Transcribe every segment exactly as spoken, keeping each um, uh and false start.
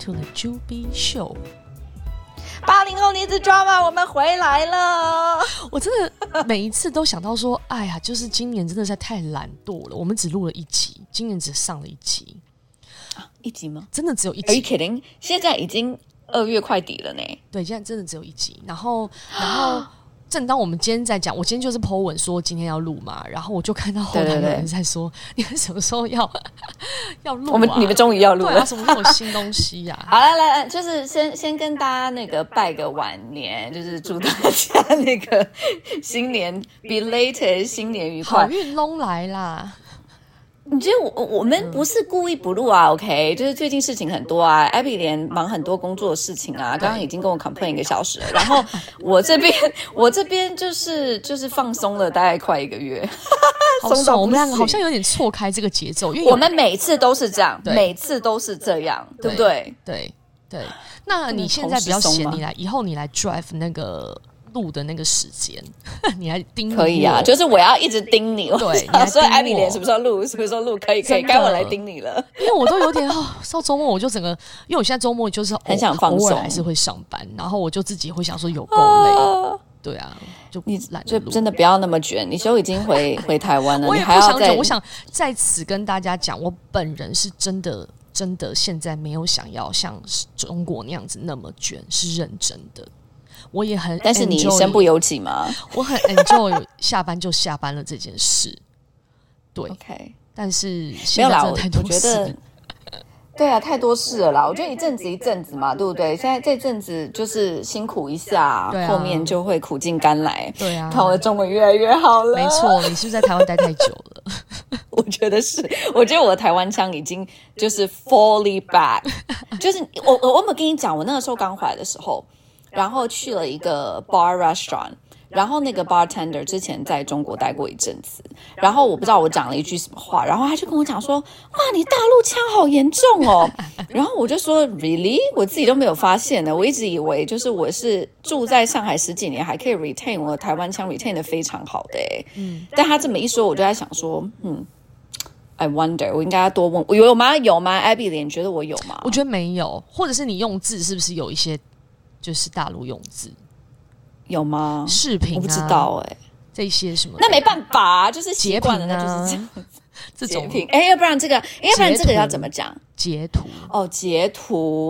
to the Juby Show。 八零后女子 drama， 我们回来了。 我真的每一次都想到说，哎呀，就是今年真的是太懒惰了。我们只录了一集，今年只上了一集， 啊、一集吗？ 真的只有一集。 Are you kidding？ 现在已经二月快底了呢。 对，现在真的只有一集。然后，然后。正当我们今天在讲，我今天就是 po 文说今天要录嘛，然后我就看到后台有人在说，你们什么时候要要录、啊？ 我们你们终于要录了， 对啊，什么时候有新东西呀、啊？ 好来来来，就是先先跟大家那个拜个晚年，就是祝大家那个新年 belated 新年愉快， 好运拢来啦。 你觉得我我们不是故意不录啊 ？OK， 就是最近事情很多啊 ，Abby 连忙很多工作的事情啊，刚刚已经跟我 complain 一个小时了。然后我这边我这边就是就是放松了大概快一个月， 好爽。我们两个好像有点错开这个节奏，因为我们每次都是这样，每次都是这样，对不对？ 对对。那你现在比较闲，你来以后你来 drive 那个。录的那个时间，你还盯我？ 可以啊，就是我要一直盯你。 对， 你说艾比莲什么时候录？什么时候录？可以，可以，该我来盯你了。 因为我都有点哦，到周末我就整个，因为我现在周末就是很想放松， 偶尔还是会上班，然后我就自己会想说有够累。啊对啊，就你就真的不要那么卷。你都已经回回台湾了， 我也不想卷。我想在此跟大家讲，我本人是真的真的现在没有想要像中国那样子那么卷，是认真的。我也很 enjoy， 但是你身不由己吗？ 我很 enjoy 下班就下班了这件事，对。 Okay. 但是现在真的太多事， 我觉得对啊，太多事了啦。我觉得一阵子一阵子嘛，对不对？现在这阵子就是辛苦一下，啊、后面就会苦尽甘来。 对啊， 看我的中文越来越好了。 没错，你是不是在台湾待太久了？ 我觉得是，我觉得我的台湾腔已经就是 fully back， 就是我我我有没有跟你讲，我那个时候刚回来的时候。然后去了一个 bar restaurant， 然后那个 bartender 之前在中国待过一阵子，然后我不知道我讲了一句什么话，然后他就跟我讲说，哇，你大陆腔好严重哦。然后我就说 really， 我自己都没有发现的，我一直以为就是我是住在上海十几年，还可以 retain 我的台湾腔 retain 的非常好的诶。嗯，但他这么一说，我就在想说，嗯。I wonder， 我应该要多问，有吗？有吗 ？Abby 你觉得我有吗？ 我觉得没有，或者是你用字是不是有一些就是大陆用字？ 有吗？ 视频、啊、 我不知道哎、欸， 这些什么？ 那没办法、啊，就是习惯了，那就是这样。 这种哎、欸，要不然这个，要不然这个要怎么讲？ 截图哦，截图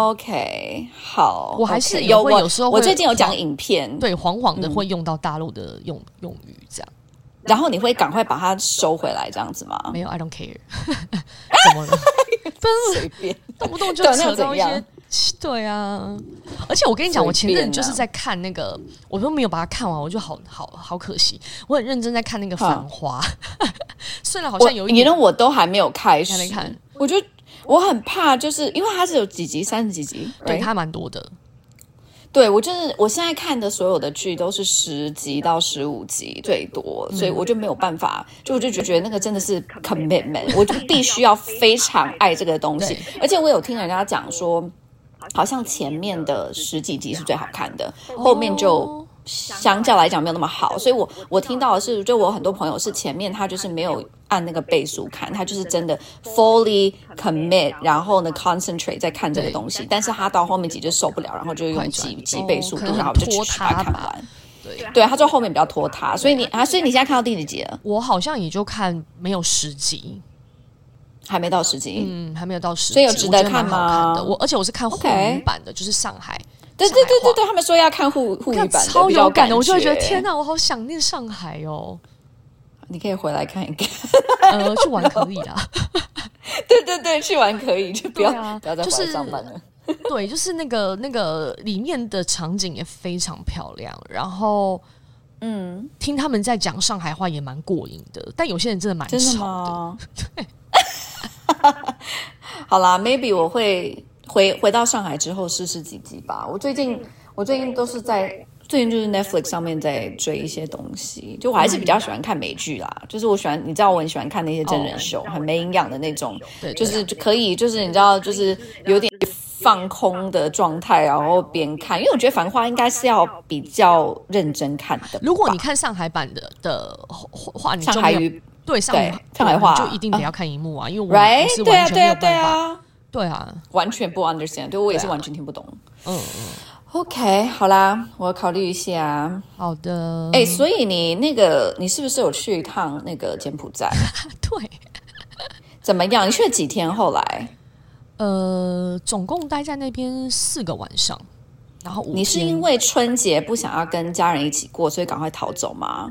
，OK， 好， 我还是 okay, 有会有时候我最近有讲影片， 对，黄黄的会用到大陆的用、嗯、用语这样。 然后你会赶快把它收回来，这样子吗？ 没有 ，I don't care 。怎么了？ 随便， 动不动就扯到一些。对啊，而且我跟你讲，我前阵就是在看那个，我都没有把它看完，我就好好好可惜。我很认真在看那个《繁花》，虽然好像有一点， 你呢，我都还没有开始还没看。 我就我很怕，就是因为它是有几集，三十几集， 对，它蛮多的。 对，我就是我现在看的所有的剧都是十集到十五集最多，所以我就没有办法，就我就觉得那个真的是 commitment， 我就必须要非常爱这个东西。而且我有听人家讲说，好像前面的十几集是最好看的，后面就相较来讲没有那么好。所以我我听到的是，就我很多朋友是前面他就是没有按那个倍速看，他就是真的 fully commit， 然后呢 concentrate 在看这个东西，但是他到后面集就受不了，然后就用几几倍速度，然后就去把它看完。对，对，他就后面比较拖沓，所以你啊，所以你现在看到第几集了？ 我好像也就看没有十集， 还没到十集， 嗯，还没有到十集， 所以有值得看吗？ 我, 我而且我是看沪语版的， okay. 就是上海。 对对对对对，他们说要看沪沪语版的， 超有感的，我就会觉得天哪， 我好想念上海哦。 你可以回来看一看， 呃，去玩可以啦。 对对对，去玩可以，就不要、啊、不要再回来上班了。 就是、对，就是那个那个里面的场景也非常漂亮，然后嗯，听他们在讲上海话也蛮过瘾的，但有些人真的蛮吵的。 真的吗？对。好啦 ，maybe 我会回回到上海之后试试几集吧。我最近我最近都是在。最近就是 Netflix 上面在追一些东西，就我还是比较喜欢看美剧啦。就是我喜欢，你知道我很喜欢看那些真人秀， oh. 很没营养的那种，对，就是可以，就是你知道，就是有点放空的状态，然后边看。因为我觉得《繁花》应该是要比较认真看的。 如果你看上海版的的话，你就上海语对上海上海话就一定得要看荧幕啊，因、 uh, 因为我是完全没有办法。 对啊对啊对啊对啊， 完全不 understand， 对我也是完全听不懂。 嗯嗯 ，OK， 好啦，我考虑一下。 好的。 哎，所以你那个，你是不是有去一趟那个柬埔寨？ 对。 怎么样？你去了几天？后来？ 呃，总共待在那边四个晚上，然后五天。 你是因为春节不想要跟家人一起过，所以赶快逃走吗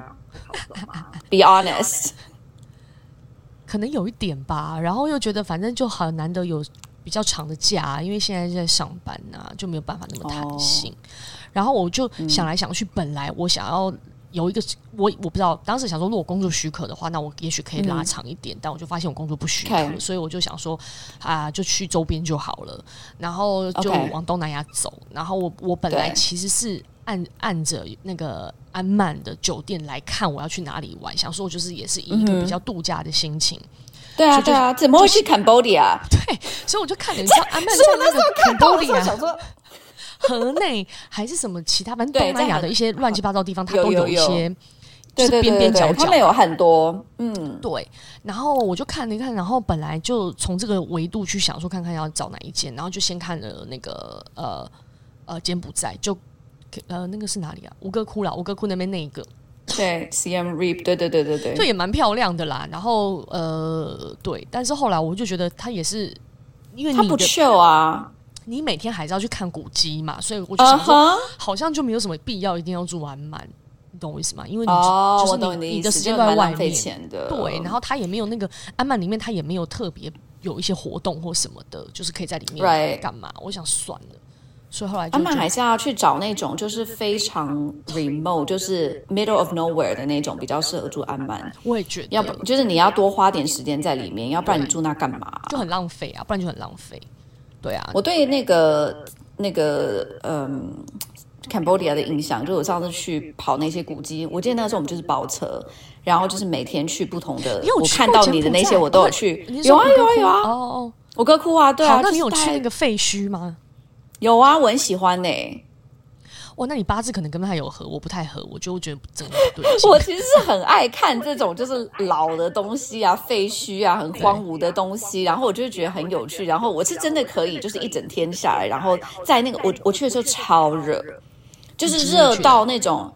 ？Be honest。 可能有一点吧，然后又觉得反正就很难得有比较长的假，因为现在在上班啊，就没有办法那么弹性。Oh. 然后我就想来想去，嗯、本来我想要有一个我我不知道，当时想说，如果工作许可的话，那我也许可以拉长一点。嗯、但我就发现我工作不许可， okay. 所以我就想说啊，就去周边就好了，然后就往东南亚走。Okay. 然后我我本来其实是按按着那个安曼的酒店来看我要去哪里玩，想说我就是也是以一个比较度假的心情。嗯对啊，对啊，怎么会去 Cambodia？ 对，所以我就看了一下安曼在那个 Cambodia 想说河内还是什么其他，反正东南亚的一些乱七八糟的地方，它都有一些就是边边角角， 他们有很多，嗯， 对。然后我就看了一看，然后本来就从这个维度去想说，看看要找哪一间，然后就先看了那个呃呃柬埔寨，就呃那个是哪里啊？吴哥窟啦，吴哥窟那边那一个。 对 ，Siem Reap， 对对对对对， 就也蛮漂亮的啦。然后呃，对，但是后来我就觉得它也是，因为你它不 chill 啊， 你每天还是要去看古迹嘛，所以我就想说， uh-huh. 好像就没有什么必要一定要住安曼，你懂我意思吗？因为你、 oh, 就是你, 你, 你, 你的时间都在外面， 的对，然后它也没有那个安曼里面，它也没有特别有一些活动或什么的，就是可以在里面干嘛？ Right. 我想算了。所以后来就安曼还是要去找那种就是非常 remote， 就是 middle of nowhere 的那种，比较适合住安曼。 我也觉得， 要不就是你要多花点时间在里面，要不然你住那干嘛？ 就很浪费啊，不然就很浪费。对啊， 我对那个那个嗯 Cambodia 的印象，就我上次去跑那些古迹，我记得那时候我们就是包车，然后就是每天去不同的，我看到你的那些我都有去，有啊有啊有啊，哦哦，吴哥窟啊，对啊。 好，那你有去那个废墟吗？ 有啊，我很喜欢呢、欸。 哇，那你八字可能跟他有合，我不太合，我就觉得真的不对劲。 我其实是很爱看这种就是老的东西啊、废墟啊、很荒芜的东西，然后我就觉得很有趣。然后我是真的可以，就是一整天下来，然后在那个我我去的时候超热，就是热到那种，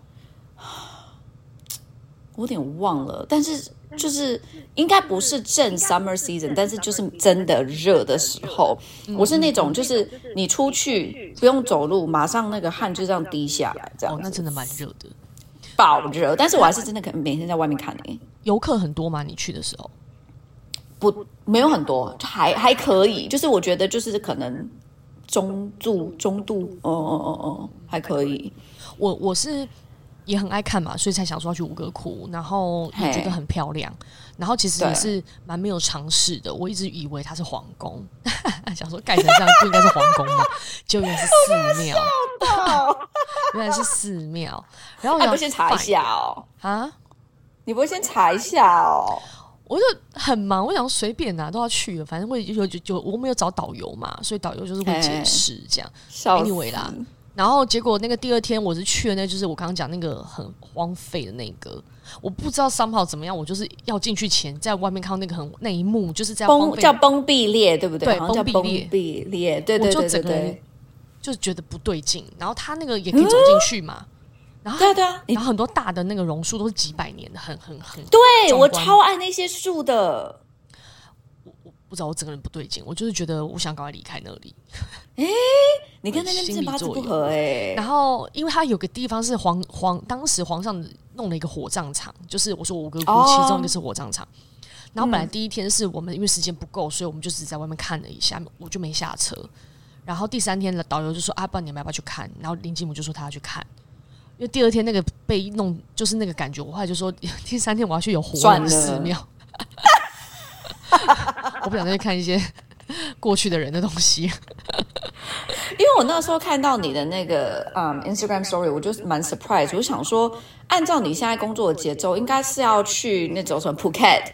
我有点忘了，但是。就是应该不是正 summer season， 但是就是真的热的时候，我是那种就是你出去不用走路，马上那个汗就这样滴下来，这样哦，那真的蛮热的， 爆热。但是我还是真的可能每天在外面看诶、欸。 游客很多吗？你去的时候？ 不，没有很多，还还可以。就是我觉得就是可能中度中度，哦哦哦哦，还可以。 我我是。也很爱看嘛，所以才想说要去吴哥窟，然后也觉得很漂亮，然后其实也是蛮没有尝试的。我一直以为它是皇宫，想说盖成这样不应该是皇宫吗？结果原来是寺庙，原来是寺庙。然后我想、啊、不先查一下哦啊？ 你不会先查一下哦？ 我就很忙，我想随便啊都要去了，反正会有就就我没有找导游嘛，所以导游就是会解释这样。Anyway 啦。然后结果那个第二天我是去了，那就是我刚刚讲那个很荒废的那个，我不知道somehow怎么样，我就是要进去前在外面看到那个很那一幕，就是在荒废叫崩壁裂，对不对？ 对， 好像叫崩壁裂，对对对对对， 我就整个人就觉得不对劲。然后他那个也可以走进去嘛，嗯、然后对对啊， 然后很多大的那个榕树都是几百年的，很很很对我超爱那些树的。 不知道我整个人不对劲，我就是觉得我想赶快离开那里。 哎、欸，你跟那边正八字不合哎、欸。 然后，因为它有个地方是皇皇，当时皇上弄了一个火葬场，就是我说吴哥窟其中一个是火葬场。哦、然后本来第一天是我们因为时间不够，所以我们就只在外面看了一下，我就没下车。然后第三天的导游就说：“啊，不然你们要不要去看？”然后林继母就说他要去看，因为第二天那个被弄就是那个感觉，我后来就说第三天我要去有活的寺庙。我不想再去看一些过去的人的东西，因为我那时候看到你的那个、um, Instagram story， 我就蛮 surprise， 我想说，按照你现在工作的节奏，应该是要去那种什么 Phuket，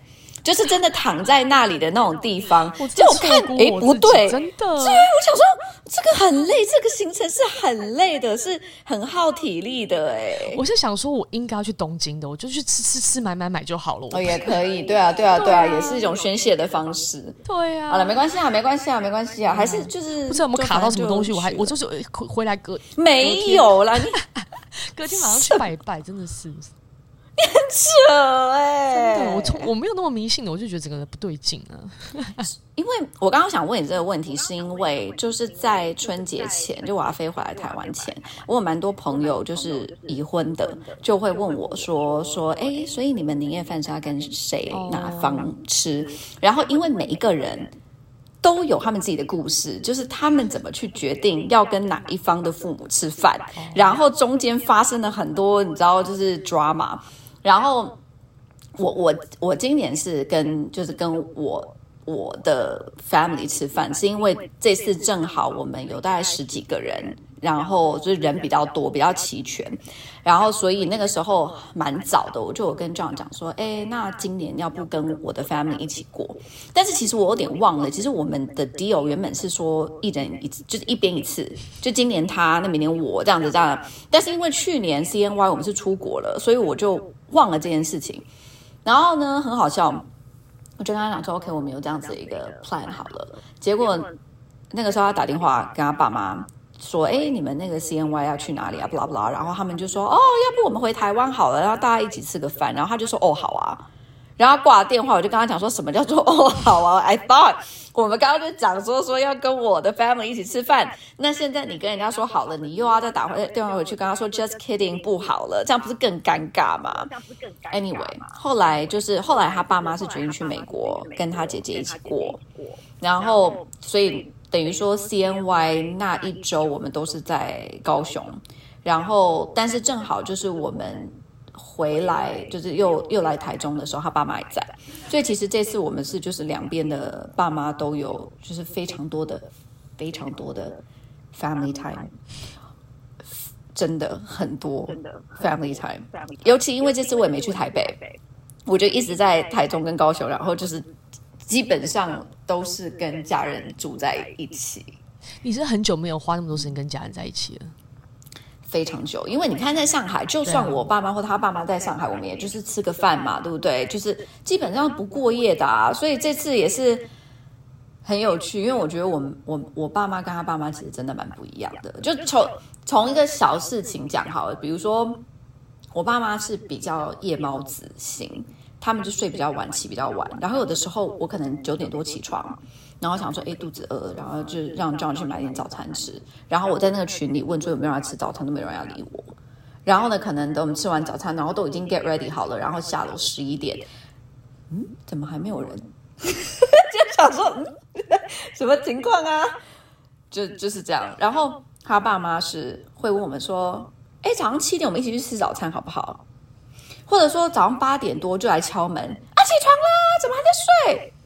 就是真的躺在那里的那种地方。 就我看，哎，不对， 真的，对，我想说这个很累，这个行程是很累的，是很耗体力的。哎， 我是想说，我应该要去东京的，我就去吃吃吃买买买就好了。 哦，也可以，对啊，对啊，对啊，也是一种宣泄的方式。 对啊， 好了，没关系啊，没关系啊，没关系啊，还是就是不知道有没有卡到什么东西，我还我就是回来隔没有啦，你隔天马上去拜一拜，真的是。 你很扯哎、欸！ 真的，我从我没有那么迷信的，我就觉得整个人不对劲啊。 因为我刚刚想问你这个问题，是因为就是在春节前，就我要飞回来台湾前，我有蛮多朋友就是已婚的，就会问我说说，哎，所以你们年夜饭是要跟谁哪方吃？然后因为每一个人都有他们自己的故事，就是他们怎么去决定要跟哪一方的父母吃饭，然后中间发生了很多你知道就是 drama。然后我我我今年是跟就是跟我我的 family 吃饭，是因为这次正好我们有大概十几个人，然后就是人比较多，比较齐全，然后所以那个时候蛮早的，我就有跟 John 讲说，哎，那今年要不跟我的 family 一起过？但是其实我有点忘了，其实我们的 deal 原本是说一人一次，就是一边一次，就今年他，那明年我这样子这样。但是因为去年 C N Y 我们是出国了，所以我就忘了这件事情。然后呢，很好笑，我就跟他讲说 ，OK， 我们有这样子一个 plan 好了。结果那个时候他打电话跟他爸妈说，哎，你们那个 C N Y 要去哪里啊 ？blah blah， 然后他们就说，哦，要不我们回台湾好了，然后大家一起吃个饭。然后他就说，哦，好啊。然后挂了电话，我就跟他讲说，什么叫做哦好啊 ？I thought 我们刚刚就讲说说要跟我的 family 一起吃饭，那现在你跟人家说好了，你又要再打回电话回去跟他说 just kidding 不好了，这样不是更尴尬吗 ？Anyway， 后来就是后来他爸妈是决定去美国跟他姐姐一起过，然后所以等于说 C N Y 那一周我们都是在高雄，然后但是正好就是我们回来就是又又来台中的时候，他爸妈也在，所以其实这次我们是就是两边的爸妈都有，就是非常多的非常多的 family time， 真的很多 family time， 尤其因为这次我也没去台北，我就一直在台中跟高雄，然后就是基本上都是跟家人住在一起。 你是很久没有花那么多时间跟家人在一起了？ 非常久，因为你看在上海，就算我爸妈或他爸妈在上海，我们也就是吃个饭嘛，对不对？就是基本上不过夜的啊，所以这次也是很有趣，因为我觉得我我我爸妈跟他爸妈其实真的蛮不一样的。就从从一个小事情讲好了，比如说我爸妈是比较夜猫子型，他们就睡比较晚，起比较晚，然后有的时候我可能九点多起床。然后想说，哎，肚子饿，然后就让 John 去买点早餐吃。然后我在那个群里问说有没有人要吃早餐，都没有人要理我。然后呢，可能等我们吃完早餐，然后都已经 get ready 好了，然后下楼十一点，嗯，怎么还没有人？就想说，嗯，什么情况啊？就就是这样。然后他爸妈是会问我们说，哎，早上七点我们一起去吃早餐好不好？或者说早上八点多就来敲门，啊，起床啦，怎么还在睡？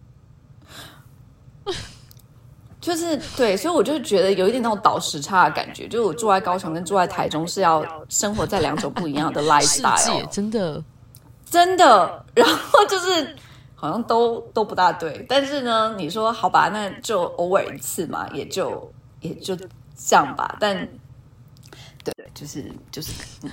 就是对，所以我就觉得有一点那种倒时差的感觉，就是我住在高雄跟住在台中是要生活在两种不一样的 lifestyle， 世界真的真的，然后就是好像都都不大对，但是呢，你说好吧，那就偶尔一次嘛，也就也就这样吧，但对，就是就是，嗯，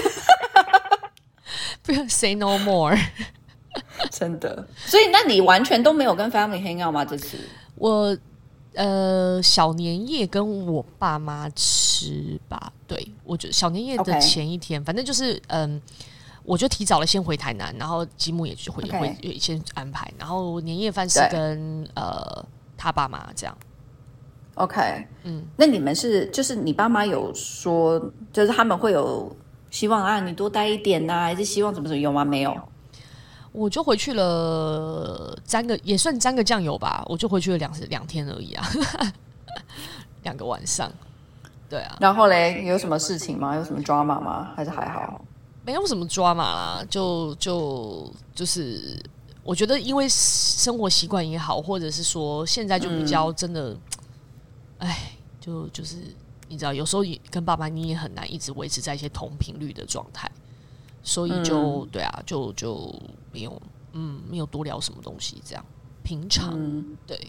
不要 say no more， 真的，所以那你完全都没有跟 family hang out 吗？这次我。呃，小年夜跟我爸妈吃吧，对，我觉得小年夜的前一天， okay. 反正就是嗯，我就提早了先回台南，然后吉姆也就会、okay. 会先安排，然后年夜饭是跟呃他爸妈这样。 OK， 嗯，那你们是就是你爸妈有说，就是他们会有希望啊，你多待一点呐、啊，还是希望怎么怎么有吗？没有。 我就回去了，沾个也算沾个酱油吧。我就回去了两两天而已啊，两个晚上。对啊， 然后嘞，有什么事情吗？有什么 drama 吗？还是还好？ 没有什么 drama 啦，就就就是我觉得，因为生活习惯也好，或者是说现在就比较真的，哎、嗯，就就是你知道，有时候跟爸爸你也很难一直维持在一些同频率的状态。所以就、嗯、对啊，就就没有，嗯， 嗯，没有多聊什么东西，这样平常、嗯、对。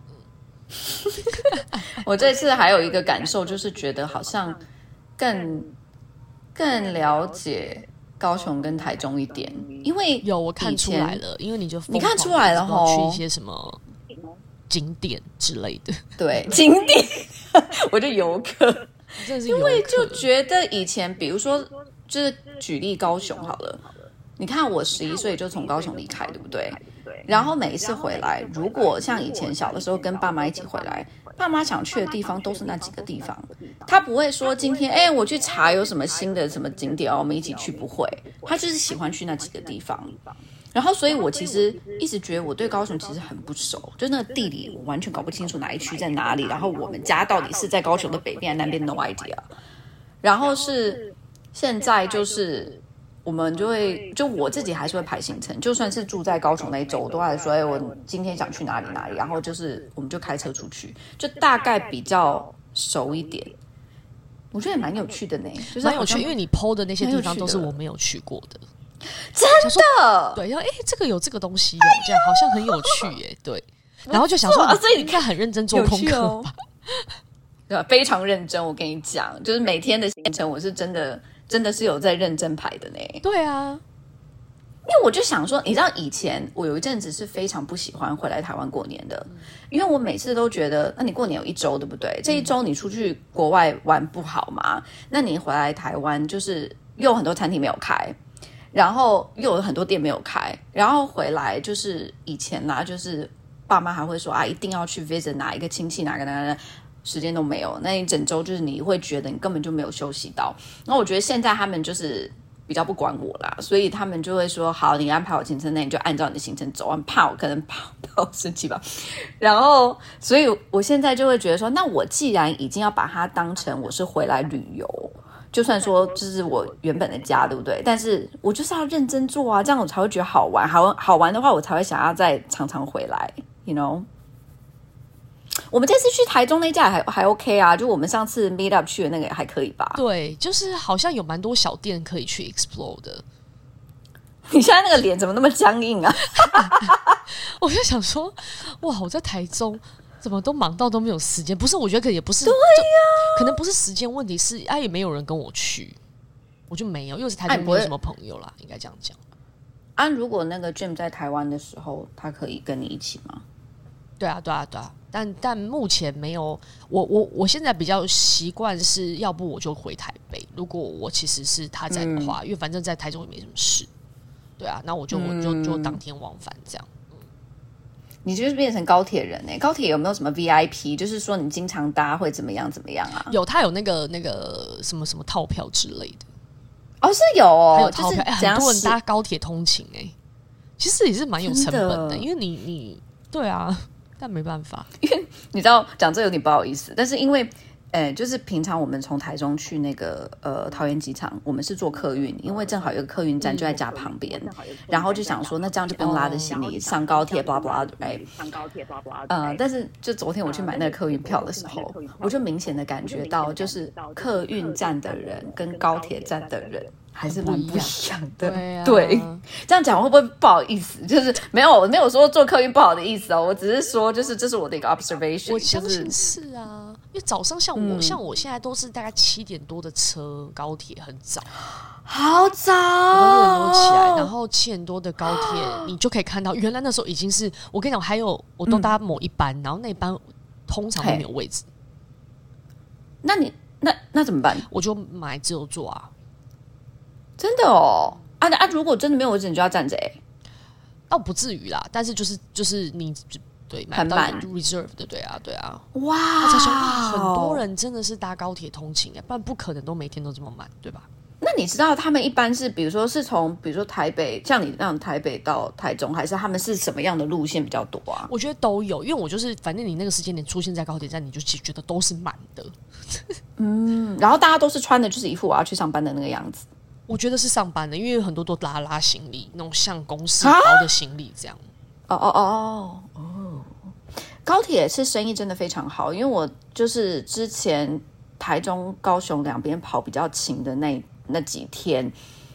我这次还有一个感受，就是觉得好像更更了解高雄跟台中一点，因为有我看出来了，因为你就你看出来了吼， 去一些什么景点之类的， 对，景点，我就游客， 真的是游客， 因为就觉得以前，比如说，就是举例高雄好了，你看我十一岁就从高雄离开，对不对？然后每一次回来，如果像以前小的时候跟爸妈一起回来，爸妈想去的地方都是那几个地方，他不会说今天哎我去查有什么新的什么景点哦，我们一起去，不会，他就是喜欢去那几个地方。然后所以我其实一直觉得我对高雄其实很不熟，就那个地理我完全搞不清楚哪一区在哪里，然后我们家到底是在高雄的北边还是南边 ，no idea。然后是现在就是我们就会，就我自己还是会排行程，就算是住在高雄那一周，我都还说，哎，我今天想去哪里哪里，然后就是我们就开车出去，就大概比较熟一点。我觉得也蛮有趣的呢，就是蛮有趣，因为你 P O 的那些地方都是我没有去过的， 真的。 对，然后哎，这个有这个东西哦，这样好像很有趣耶，对。然后就想说， 所以你应该很认真做功课吧？ 对，非常认真。我跟你讲，就是每天的行程，我是真的。真的是有在认真排的呢。 对啊， 因为我就想说，你知道以前我有一阵子是非常不喜欢回来台湾过年的，因为我每次都觉得，那你过年有一周对不对？这一周你出去国外玩不好吗？那你回来台湾就是又有很多餐厅没有开，然后又有很多店没有开，然后回来就是以前啦、啊，就是爸妈还会说啊，一定要去 visit 哪一个亲戚，哪个哪个。时间都没有，那一整周就是你会觉得你根本就没有休息到。那我觉得现在他们就是比较不管我啦，所以他们就会说好，你安排好行程，那你就按照你的行程走，怕我可能怕怕我生气吧。然后，所以我现在就会觉得说，那我既然已经要把它当成我是回来旅游，就算说这是我原本的家，对不对？但是我就是要认真做啊，这样我才会觉得好玩。好好玩的话，我才会想要再常常回来 ，you know。我们这次去台中那家还还 OK 啊，就我们上次 meet up 去的那个也还可以吧？ 对，就是好像有蛮多小店可以去 explore 的。 你现在那个脸怎么那么僵硬啊？ 我就想说，哇，我在台中怎么都忙到都没有时间？不是，我觉得可也不是， 对呀、 啊，可能不是时间问题，是啊，也没有人跟我去，我就没有，因为是台中没有什么朋友啦，应该这样讲。 啊，如果那个 Jim 在台湾的时候，他可以跟你一起吗？ 对啊，对啊，对啊。但但目前没有，我我我现在比较习惯是，要不我就回台北。如果我其实是他在的话，嗯、因为反正在台中也没什么事，对啊，那我就、嗯、我就就当天往返这样。嗯、 你就是变成高铁人哎、欸，高铁有没有什么 V I P？ 就是说你经常搭会怎么样怎么样啊？ 有，他有那个那个什么什么套票之类的。 哦，是有哦， 还有套票，哎、 就是欸， 很多人搭高铁通勤哎、欸，其实也是蛮有成本的，的因为你你对啊。但没办法， 因为你知道讲这有点不好意思，但是因为，呃，就是平常我们从台中去那个呃桃园机场，我们是坐客运，因为正好有个客运站就在家旁边，嗯、然后就想说，那这样就不用拉着行李、哦、上高铁，blah blah，哎，上高铁，blah blah，呃，但是就昨天我去买那个客运票的时候，我就明显的感觉到，就是客运站的人跟高铁站的人。还是蛮不一样的， 对、啊、 对，这样讲会不会不好意思？就是没有，我没有说坐客运不好的意思哦，我只是说，就是这是我的一个 observation。 我相信是啊，因为早上像我，嗯、像我现在都是大概七点多的车，高铁很早， 好早， 六点多起来，然后七点多的高铁，你就可以看到，原来那时候已经是我跟你讲，还有我都搭某一班，嗯、然后那一班通常都没有位置。 那你那那怎么办？ 我就买自由座啊。 真的哦，啊啊！如果真的没有位置，你就要站着哎， 倒不至于啦，但是就是就是你对很满 reserve 的，对啊对啊， 哇！ 才说很多人真的是搭高铁通勤哎，不然不可能都每天都这么满，对吧？ 那你知道他们一般是，比如说是从比如说台北，像你那样台北到台中，还是他们是什么样的路线比较多啊？ 我觉得都有，因为我就是反正你那个时间点出现在高铁站，你就觉得都是满的。 嗯，然后大家都是穿的就是一副我要去上班的那个样子。 我觉得是上班的，因为很多都拉拉行李，那种像公司包的行李这样。 哦哦哦哦！高铁是生意真的非常好，因为我就是之前台中、高雄两边跑比较勤的那那几天，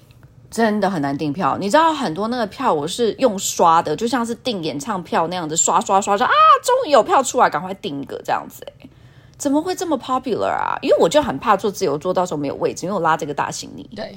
真的很难订票。你知道很多那个票我是用刷的，就像是订演唱票那样子，刷刷刷刷啊，终于有票出来，赶快订一个这样子、欸、怎么会这么 popular 啊？因为我就很怕坐自由座到时候没有位置，因为我拉这个大行李。 对，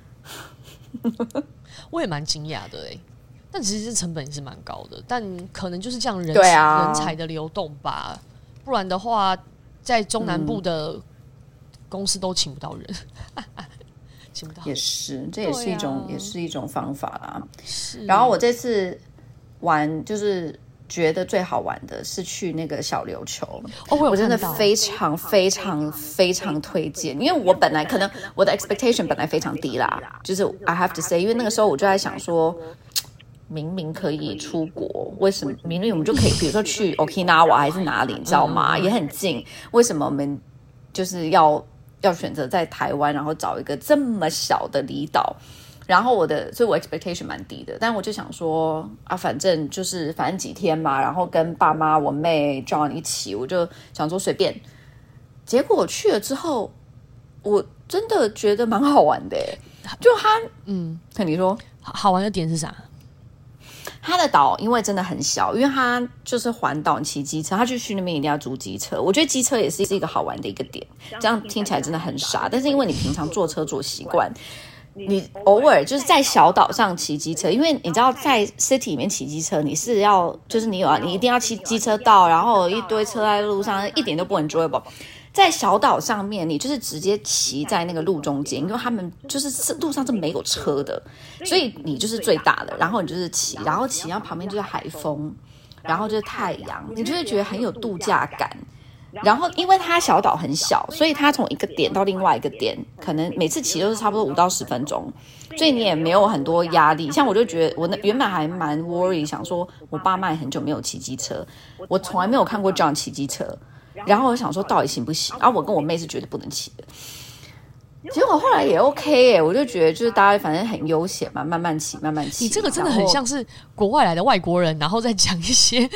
我也蛮惊讶的哎、欸，但其实成本也是蛮高的，但可能就是这样人、 对啊、 人才的流动吧，不然的话，在中南部的公司都请不到人。嗯也是，这也是一种、啊、也是一种方法啦。 是。 然后我这次玩就是觉得最好玩的是去那个小琉球， 哦、我, 我真的非常非常非常推荐，因为我本来可能我的 expectation 本来非常低啦，就是 I have to say， 因为那个时候我就在想说，明明可以出国，为什么明明我们就可以，比如说去 Okinawa 还是哪里，你知道吗？也很近，为什么我们就是要？要选择在台湾，然后找一个这么小的离岛，然后我的，所以我 expectation 蛮低的，但我就想说啊，反正就是反正几天嘛，然后跟爸妈、我妹 John 一起，我就想说随便。结果我去了之后，我真的觉得蛮好玩的，就他，嗯，看你说好玩的点是啥？ 它的岛因为真的很小，因为它就是环岛骑机车，他就去那边一定要租机车。我觉得机车也是一个好玩的一个点，这样听起来真的很傻，但是因为你平常坐车坐习惯，你偶尔就是在小岛上骑机车，因为你知道在 city 里面骑机车，你是要就是你有你一定要骑机车道，然后有一堆车在路上，一点都不 enjoyable。在小岛上面，你就是直接骑在那个路中间，因为他们就是路上是没有车的，所以你就是最大的，然后你就是骑，然后骑，然后旁边就是海风，然后就是太阳，你就会觉得很有度假感。然后因为它小岛很小，所以它从一个点到另外一个点，可能每次骑都是差不多五到十分钟，所以你也没有很多压力。像我就觉得我那原本还蛮 worry， 想说我爸妈也很久没有骑机车，我从来没有看过 John 骑机车。然后我想说到底行不行，然后我跟我妹是绝对不能骑的，结果后来也 OK 耶，我就觉得就是大家反正很悠闲嘛，慢慢骑慢慢骑。 你这个真的很像是国外来的外国人，然后再讲一些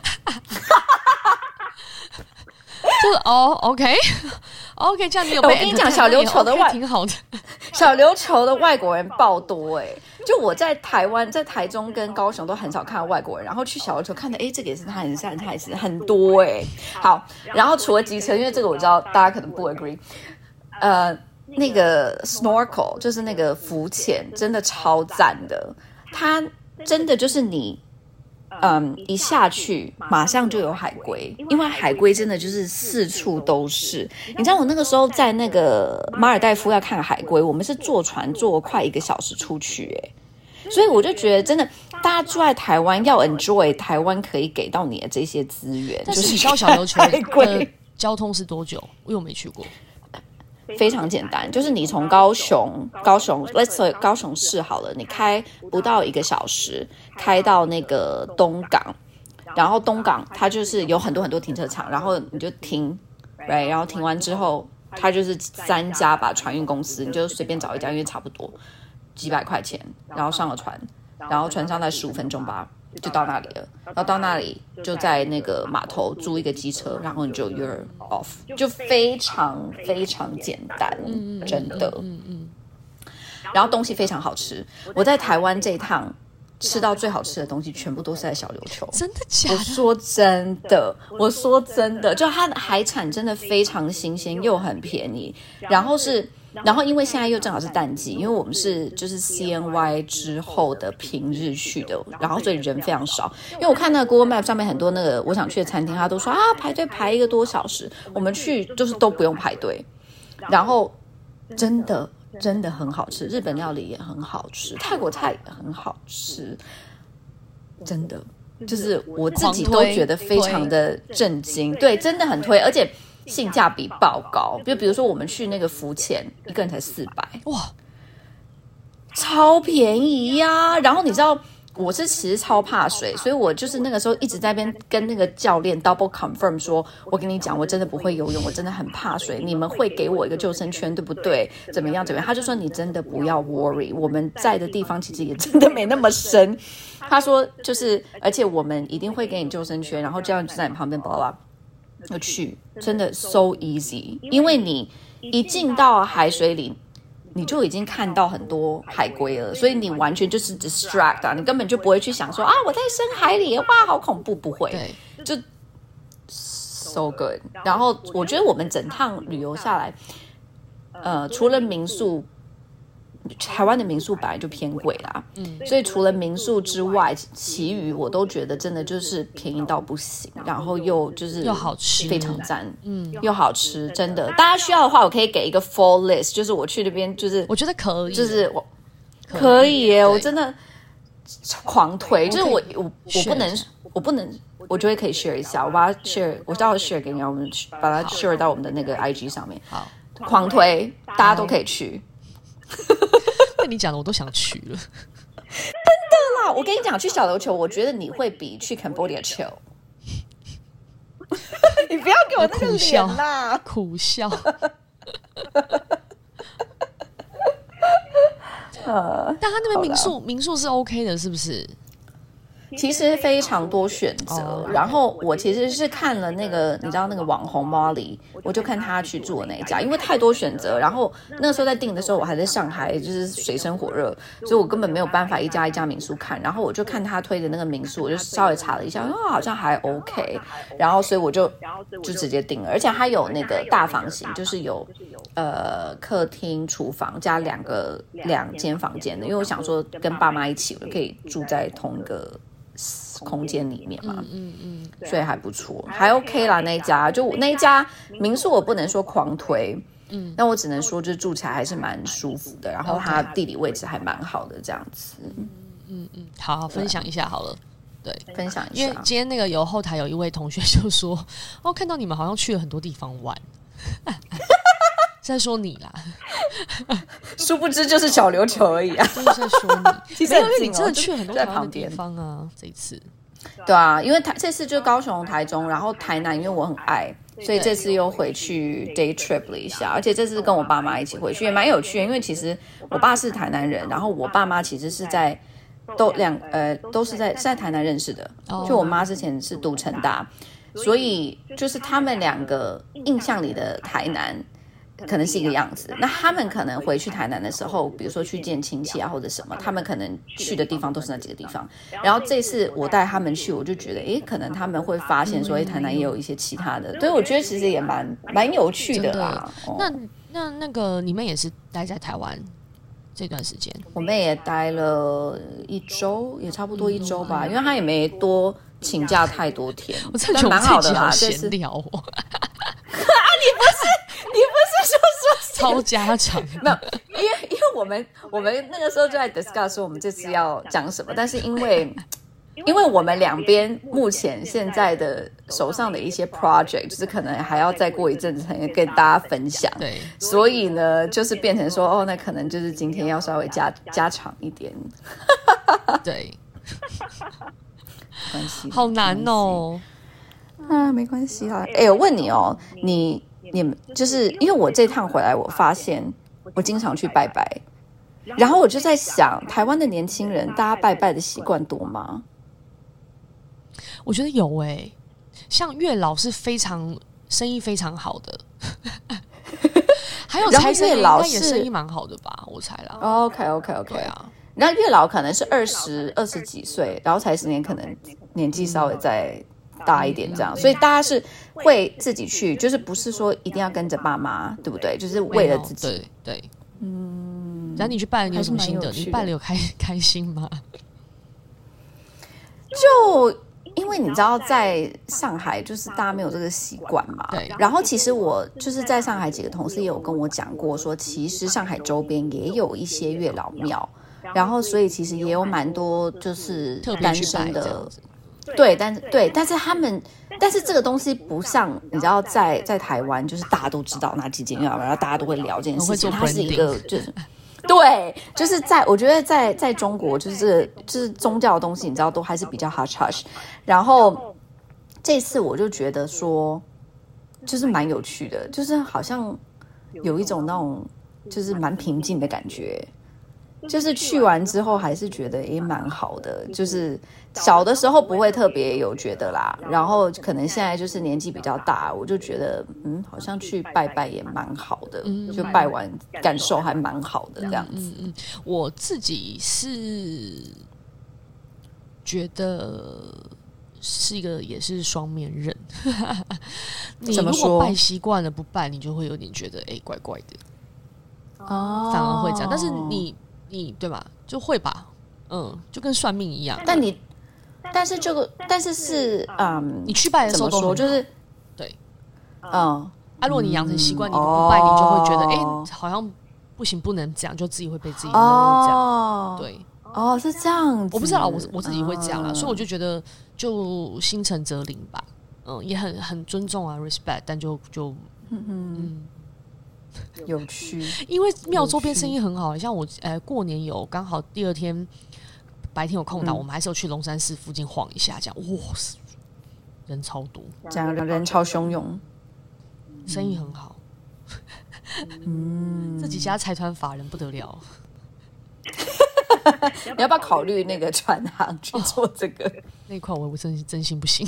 就是哦 OK OK 这样你有被我跟你讲小琉球的外、 OK, 挺好的， 小琉球的外国人爆多哎，就我在台湾在台中跟高雄都很少看到外国人，然后去小琉球看的哎这个也是他也是他也是很多哎。好，然后除了机车，因为这个我知道大家可能不 agree， 呃那个 snorkel 就是那个浮潜真的超赞的，它真的就是你嗯，一下去马上就有海龟，因为海龟真的就是四处都是。你知道我那个时候在那个马尔代夫要看海龟，我们是坐船坐快一个小时出去耶，所以我就觉得真的大家住在台湾要 enjoy 台湾可以给到你的这些资源。 但是你到小琉球的交通是多久？因为我没去过。 非常简单，就是你从高雄，高雄 ，let's say 高雄市好了，你开不到一个小时，开到那个东港，然后东港它就是有很多很多停车场，然后你就停 ，right， 然后停完之后，它就是三家吧船运公司，你就随便找一家，因为差不多几百块钱，然后上了船，然后船上在十五分钟吧。就到那里了，然后到那里就在那个码头租一个机车，然后你就 you're off， 就非常非常简单，真的。然后东西非常好吃，我在台湾这一趟吃到最好吃的东西全部都是在小琉球。 真的假的？ 我说真的，我说真的，就它的海产真的非常新鲜又很便宜，然后是。然后因为现在又正好是淡季，因为我们是就是 C N Y 之后的平日去的，然后所以人非常少。因为我看那个 Google Map 上面很多那个我想去的餐厅，他都说啊排队排一个多小时，我们去就是都不用排队，然后真的真的很好吃，日本料理也很好吃，泰国菜也很好吃，真的就是我自己都觉得非常的震惊，对，真的很推，而且。性价比爆高，就比如说我们去那个浮潜，一个人才四百，哇，超便宜呀、啊！然后你知道我是其实超怕水，所以我就是那个时候一直在那边跟那个教练 double confirm 说，我跟你讲，我真的不会游泳，我真的很怕水，你们会给我一个救生圈，对不对？怎么样怎么样？他就说你真的不要 worry， 我们在的地方其实也真的没那么深。他说就是，而且我们一定会给你救生圈，然后这样就在你旁边，巴拉。就去真的 so easy， 因为你一进到海水里， 你就已经看到很多海龟了，所以你完全就是 distract 啊，你根本就不会去想说啊我在深海里，哇好恐怖，不会，就 so good。然后我觉得我们整趟旅游下来，呃，除了民宿。台湾的民宿本来就偏贵啦，嗯，所以除了民宿之外，其余我都觉得真的就是便宜到不行，然后又就是又好吃， 非常赞，嗯，又好吃，真的。大家需要的话，我可以给一个 full list， 就是我去那边就是我觉得可以， 就是我可以耶，我真的狂推，就是我我我不能我不能。我就会可以 share 一下，我把它 share， 我到时候 share 给你，我们把它 share 到我们的那个 I G 上面。 好， 狂推，大家都可以去。 被你讲的我都想去了， 真的啦！我跟你讲，去小琉球，我觉得你会比去 Cambodia chill。你不要给我那个脸啦， 苦笑。 呃， 但他那边民宿民宿是 OK 的，是不是？ 其实非常多选择，然后我其实是看了那个，你知道那个网红 Molly， 我就看他去住的那一家，因为太多选择。然后那个时候在订的时候，我还在上海，就是水深火热，所以我根本没有办法一家一家民宿看。然后我就看他推的那个民宿，我就稍微查了一下，哦，好像还 OK。然后所以我就就直接订了，而且它有那个大房型，就是有呃客厅、厨房加两个两间房间的，因为我想说跟爸妈一起，我就可以住在同一个空间里面嘛，嗯嗯嗯，所以还不错，还 OK 啦。那一家就那一家民宿，我不能说狂推，嗯，但我只能说就住起来还是蛮舒服的，然后它地理位置还蛮好的，这样子。嗯嗯嗯，好好分享一下好了。对， 分享一下。 因为今天那个有后台有一位同学就说，哦，看到你们好像去了很多地方玩。在说你啦， 殊不知就是小琉球而已啊， 就是在说你。 其实很近哦， 你真的去了很多台湾的地方啊，这一次。 对啊，因为台这次就高雄、台中，然后台南，因为我很爱，所以这次又回去 day trip 了一下，而且这次跟我爸妈一起回去，也蛮有趣的。因为其实我爸是台南人，然后我爸妈其实是在都两呃都是在是在台南认识的，就我妈之前是读成大，所以就是他们两个印象里的台南。可能是一个样子，那他们可能回去台南的时候，比如说去见亲戚啊或者什么，他们可能去的地方都是那几个地方。然后这次我带他们去，我就觉得，诶，可能他们会发现说，诶，台南也有一些其他的。对，我觉得其实也蛮蛮有趣的啦。 哦、那那那个你们也是待在台湾这段时间？ 我们也待了一周，也差不多一周吧，因为他也没多请假太多天。 我真的觉得蛮好的啦，闲聊哦。 啊，你不是你不是说说超家常？ 没有，因为因为我们我们那个时候就在 discuss 说我们这次要讲什么，但是因为因为我们两边目前现在的手上的一些 project， 就是可能还要再过一阵子才能跟大家分享， 对， 所以呢，就是变成说哦，那可能就是今天要稍微加加长一点， 对， 关系好难哦。 啊，没关系啦。哎，我问你哦，你你就是因为我这趟回来，我发现我经常去拜拜，然后我就在想，台湾的年轻人，大家拜拜的习惯多吗？ 我觉得有诶、欸，像月老是非常生意非常好的，还有财神爷应该也生意蛮好的吧？我猜啦。 OK OK OK， 对啊。 然后月老可能是二十二十几岁，然后财神爷可能年纪稍微再大一点这样，所以大家是会自己去，就是不是说一定要跟着爸妈，对不对？就是为了自己。 对对，嗯。然后你去拜了，你有什么心得？你拜了有开开心吗？ 就因为你知道，在上海就是大家没有这个习惯嘛。 对。 然后其实我就是在上海几个同事也有跟我讲过，说其实上海周边也有一些月老庙，然后所以其实也有蛮多就是单身的。对，但是对，但是他们，但是这个东西不像你知道在，在在台湾，就是大家都知道哪几间月老，然后大家都会聊这件事情，它是一个就是对，就是在我觉得在在中国，就是就是宗教的东西，你知道都还是比较 hush hush。然后这次我就觉得说，就是蛮有趣的，就是好像有一种那种就是蛮平静的感觉。 就是去完之后还是觉得也蛮好的，就是小的时候不会特别有觉得啦，然后可能现在就是年纪比较大，我就觉得嗯，好像去拜拜也蛮好的，嗯、就拜完感受还蛮好的这样子。嗯嗯， 我自己是觉得是一个也是双面刃。你如果拜习惯了不拜，你就会有点觉得哎、欸、怪怪的。哦，反而会这样，但是你你对吧？就会吧，嗯，就跟算命一样。 但你，但是这个，但是是嗯， 你去拜的时候都说就是对， 嗯， 啊，如果你养成习惯，你不拜，你就会觉得哎、欸，好像不行，不能这样，就自己会被自己勒这样。对， 哦，是这样子。 我不知道，我我自己会这样啦，嗯、所以我就觉得就心诚则灵吧，嗯，也很很尊重啊 ，respect， 但就就嗯嗯。 有趣， 因为庙周边生意很好，像我呃过年有刚好第二天白天有空档、嗯，我们还是有去龙山寺附近晃一下，这样哇，人超多， 这样人超汹涌， 生意很好。嗯，这几家财团法人不得了。 你要不要考虑那个船行去做这个？哦、 那一块我真真心不行。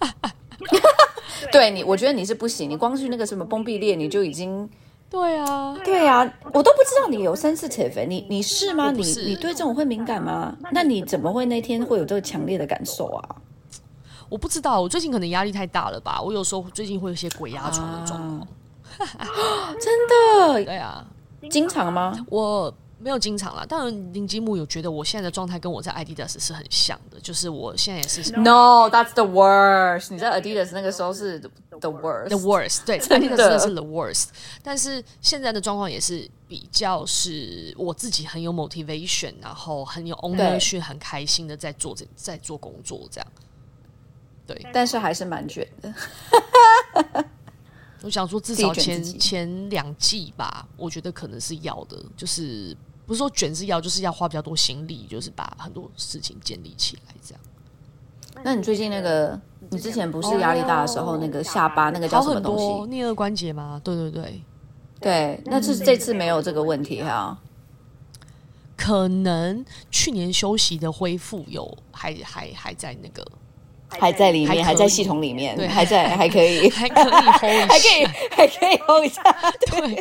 对你，我觉得你是不行，你光去那个什么崩壁列，你就已经。 对啊， 对啊，我都不知道你有 sensitive， 欸、你你是吗？你你对这种会敏感吗？那你怎么会那天会有这个强烈的感受啊？ 我不知道，我最近可能压力太大了吧？我有时候最近会有些鬼压床的状况、 啊，真的？ 对啊， 经常吗？ 我没有经常啦，当然林吉姆有觉得我现在的状态跟我在 Adidas 是很像的，就是我现在也是 No, that's the worst。你在 Adidas 那个时候是 the worst， the worst， 对 ，Adidas 真的是 the worst。但是现在的状况也是比较是我自己很有 motivation， 然后很有 ownership， 很开心的在做在做工作这样。对， 但是还是蛮卷的。 我想说，至少前前两季吧，我觉得可能是要的，就是不是说卷是要，就是要花比较多心力，就是把很多事情建立起来，这样。 那你最近那个，你之前不是压力大的时候，哦、那个下巴那个叫什么东西？ 颞颌关节吗？对对对， 对，那是这次没有这个问题哈。 可能去年休息的恢复有，还还还在那个。 还在里面，还在系统里面，对，还在，还可以， 还可以 hold 一下， 还可以，还可以 hold 一下。 对，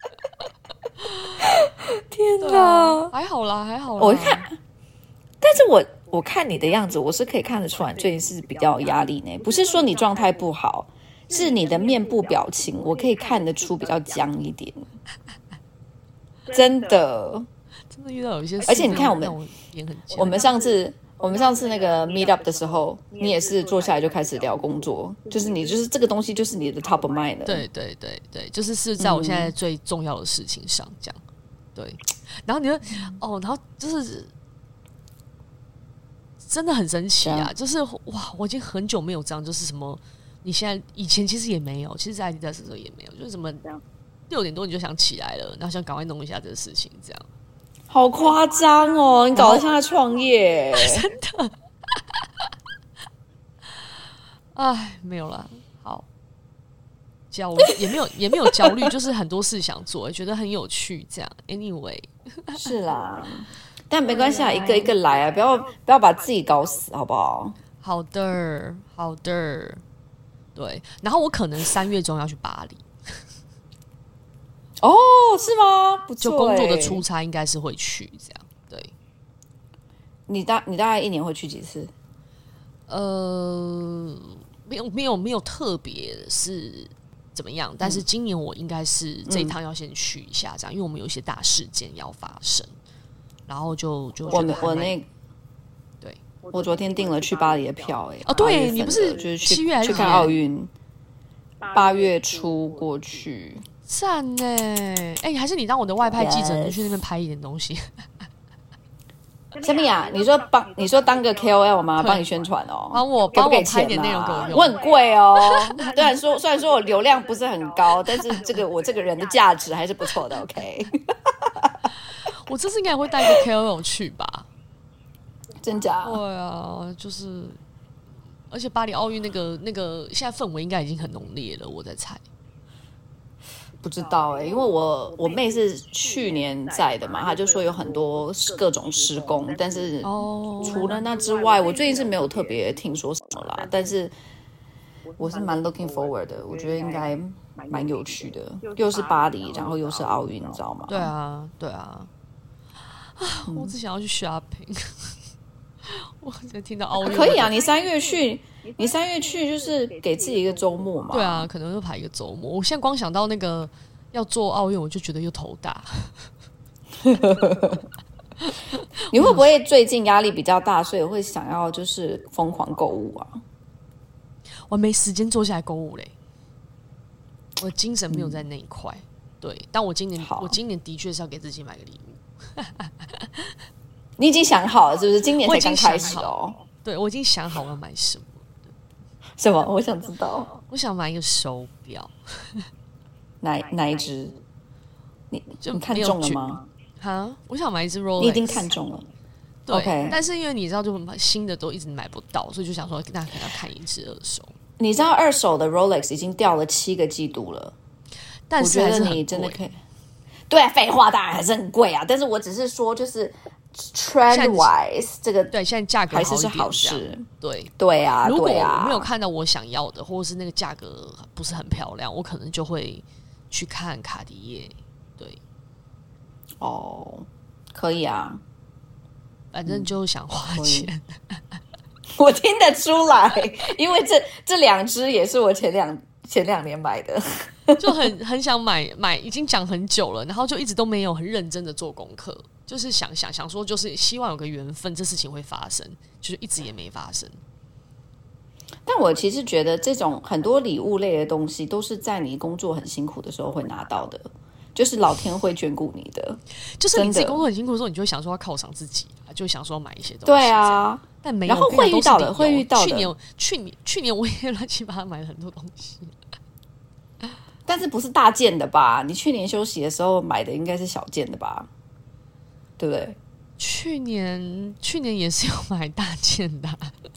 天哪， 还好啦，还好啦。 我看，但是我我看你的样子，我是可以看得出来，最近是比较有压力呢。不是说你状态不好，是你的面部表情，我可以看得出比较僵一点。真的， 真的遇到有一些事， 而且你看我们，我们上次。我们上次那个 meet up 的时候，你也是坐下来就开始聊工作，就是你就是这个东西就是你的 top of mind 了。 对对对对，就是是在我现在最重要的事情上这样。对，然后你就哦，然后就是真的很神奇啊！就是哇，我已经很久没有这样，就是什么，你现在以前其实也没有，其实在 Adidas 的时候也没有，就是什么六点多你就想起来了，然后想赶快弄一下这个事情，这样。 好夸张哦！你搞得像在创业， 真的。哎，没有啦，好，焦也没有也没有焦虑，就是很多事想做，觉得很有趣，这样。Anyway， 是啦，但没关系啊，一个一个来啊，不要不要把自己搞死，好不好？ 好的，好的，对。然后我可能三月中要去巴黎。 哦，是吗？不错， 就工作的出差应该是会去这样。对， 你大你大概一年会去几次？ 呃，没有没有没有特别是怎么样，但是今年我应该是这一趟要先去一下这样，嗯、因为我们有一些大事件要发生，然后就就我我那对， 我昨天订了去巴黎的票、欸，哎， 哦，对你不是就是七月还是去看奥运，八月初过去。 赞呢，哎，还是你当我的外派记者， yes. 你去那边拍一点东西。 什么呀？你说帮你说当个 K O L 吗？帮你宣传哦， 帮我帮我拍一点内容给我用。 我很贵哦，虽然说虽然说我流量不是很高，但是这个我这个人的价值还是不错的。OK， 我这次应该会带一个 K O L 去吧？ 真假？ 对啊，就是，而且巴黎奥运那个那个现在氛围应该已经很浓烈了，我在猜。 不知道哎、欸，因为我我妹是去年在的嘛，她就说有很多各种施工，但是除了那之外，我最近是没有特别听说什么啦。但是我是蛮 looking forward 的，我觉得应该蛮有趣的，又是巴黎，然后又是奥运，你知道吗？ 对啊，对啊，啊，我只想要去 shopping。我只听到奥运、 啊、可以啊，你三月去，你三月去就是给自己一个周末嘛。 对啊，可能就排一个周末。我现在光想到那个要做奥运，我就觉得又头大。 你会不会最近压力比较大，所以会想要就是疯狂购物啊？ 我没时间坐下来购物嘞，我精神没有在那一块、嗯。对，但我今年我今年的确是要给自己买个礼物。 你已经想好了是不是？今年才刚开始哦。 对，我已经想好要买什么。 什么？我想知道。 我想买一个手表。 哪哪一只？你你看中了吗？ 哈，我想买一只 Rolex。 你已经看中了。 对， okay. 但是因为你知道，就新的都一直买不到，所以就想说，那可能要看一只二手。 你知道二手的 Rolex 已经掉了七个季度了， 但是还是我觉得你真的可以。对啊，废话，当然还是很贵啊。但是我只是说，就是 trend wise 这个对，现在价格还是是好事。 对对啊， 如果我没有看到我想要的，或者是那个价格不是很漂亮，我可能就会去看卡地亚。对， 哦，可以啊， 反正就想花钱。 嗯、我听得出来，因为这这两只也是我前两前两年买的。 就很很想买买，已经讲很久了，然后就一直都没有很认真的做功课，就是想想想说，就是希望有个缘分，这事情会发生，就是一直也没发生。 但我其实觉得这种很多礼物类的东西，都是在你工作很辛苦的时候会拿到的，就是老天会眷顾你的。 就是你自己工作很辛苦的时候，你就会想说要犒赏自己，就会想说要买一些东西。 对啊， 但没有， 然后会遇到的，会遇到的。 去年去年去年我也乱七八糟买了很多东西。 但是不是大件的吧？你去年休息的时候买的应该是小件的吧？对不对？ 去年去年也是有买大件的、啊，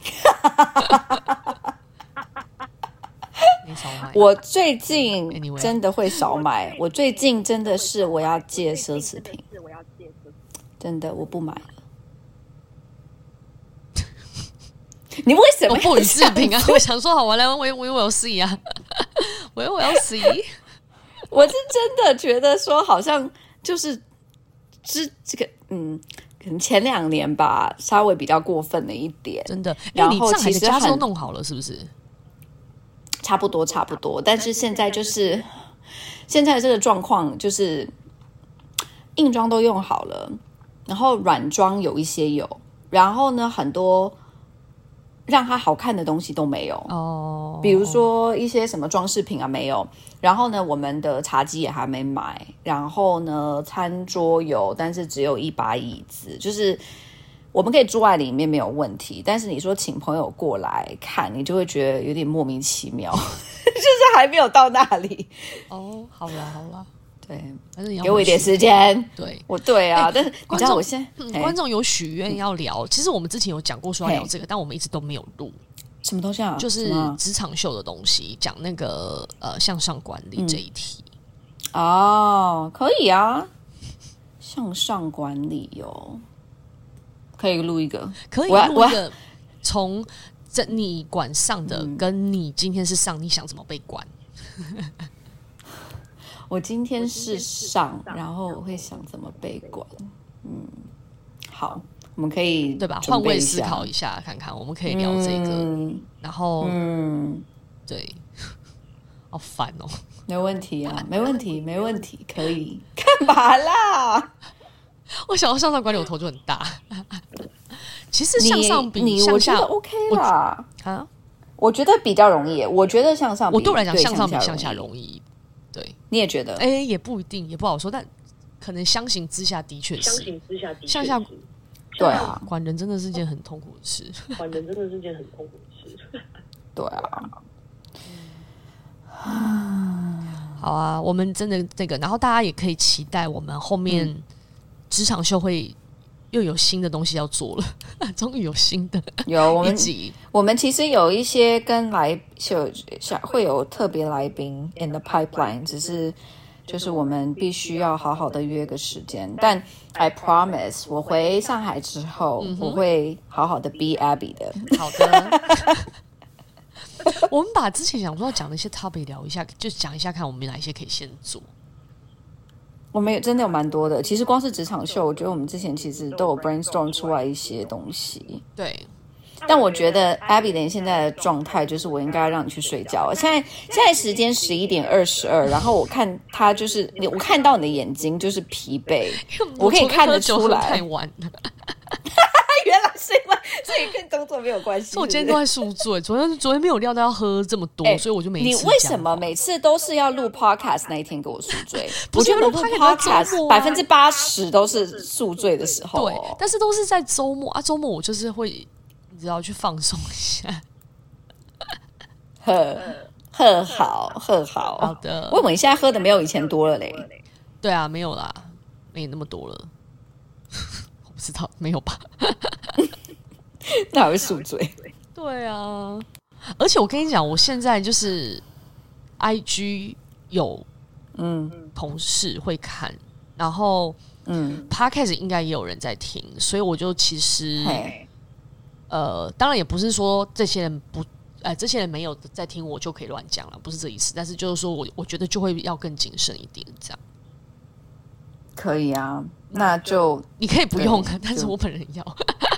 没少买。 我最近真的会少买。Anyway. 我最近真的是我要戒奢侈品，真的我不买了。你为什么我不予置评啊？我想说好，我来我我我有 see 啊，我我要 see。 我是真的觉得说，好像就是之这个嗯，可能前两年吧，稍微比较过分了一点。 真的，因为你上海的家都弄好了，是不是？ 差不多，差不多。但是现在就是现在这个状况，就是硬装都用好了，然后软装有一些有，然后呢，很多。让它好看的东西都没有哦， oh. 比如说一些什么装饰品啊没有，然后呢我们的茶几也还没买，然后呢餐桌有，但是只有一把椅子，就是我们可以住在里面没有问题，但是你说请朋友过来看，你就会觉得有点莫名其妙，就是还没有到那里哦。Oh, 好啦好啦， 对，反正给我一点时间。对，我对啊，欸、但是你知道我现在、 嗯、观众有许愿要聊，其实我们之前有讲过说要聊这个，但我们一直都没有录。 什么东西啊？ 就是职场秀的东西，讲那个呃向上管理这一题。 嗯、哦，可以啊，向上管理哦，可以录一个， 可以录一个从这你管上的，跟你今天是上，你想怎么被管？ 我今天是上，然后我会想怎么被管。嗯，好，我们可以对吧？换位思考一下，看看我们可以聊这个。嗯、然后，嗯，对，好烦哦。 没问题啊，没问题，没问题，可以。干嘛啦？ 我想要向上管理，我头就很大。其实向上比你向下 OK 啦啊， 我觉得比较容易。我觉得向上比， 我对我来讲向上比向下容易。对， 你也觉得？ 哎、欸，也不一定，也不好说，但可能相形之下的确是。相形之下的确是。向下， 对啊， 管人真的是件很痛苦的事。 管人真的是件很痛苦的事。 对啊。 好啊，我们真的这个，然后大家也可以期待我们后面职场秀会又有新的东西要做了，终于有新的有我们集。 我们其实有一些跟来有会有特别来宾 in the pipeline， 只是就是我们必须要好好的约个时间。但 I promise， 我回上海之后，嗯、我会好好的 be Abby 的。 好的。我们把之前想说要讲的一些 topic 聊一下，就讲一下看我们哪一些可以先做。 我们有真的有蛮多的，其实光是职场秀，我觉得我们之前其实都有 brainstorm 出来一些东西。 对。 但我觉得 Abby 的现在的状态就是我应该让你去睡觉了。现在现在时间十一点二十二，然后我看他就是我看到你的眼睛就是疲惫，我可以看得出来。 太晚了。 原来是因为这也跟工作没有关系。 我今天都在宿醉，昨天昨天没有料到要喝这么多，欸、所以我就没吃。 你为什么每次都是要录 podcast 那一天给我宿醉？我觉得录 podcast 百分之八十都是宿醉的时候、哦。 对，但是都是在周末啊，周末我就是会。你知道去放松一下， 喝喝好喝好好的。 为什么你现在喝的没有以前多了嘞？ 对啊，没有啦，没那么多了。我不知道，没有吧？ 那还会宿醉？ 对啊，而且我跟你讲，我现在就是 I G 有嗯同事会看，然后嗯 Podcast 应该也有人在听，所以我就其实。呃，当然也不是说这些人不，呃，这些人没有在听我就可以乱讲了，不是这意思。但是就是说我我觉得就会要更谨慎一点，这样。 可以啊，那就你可以不用，但是我本人要。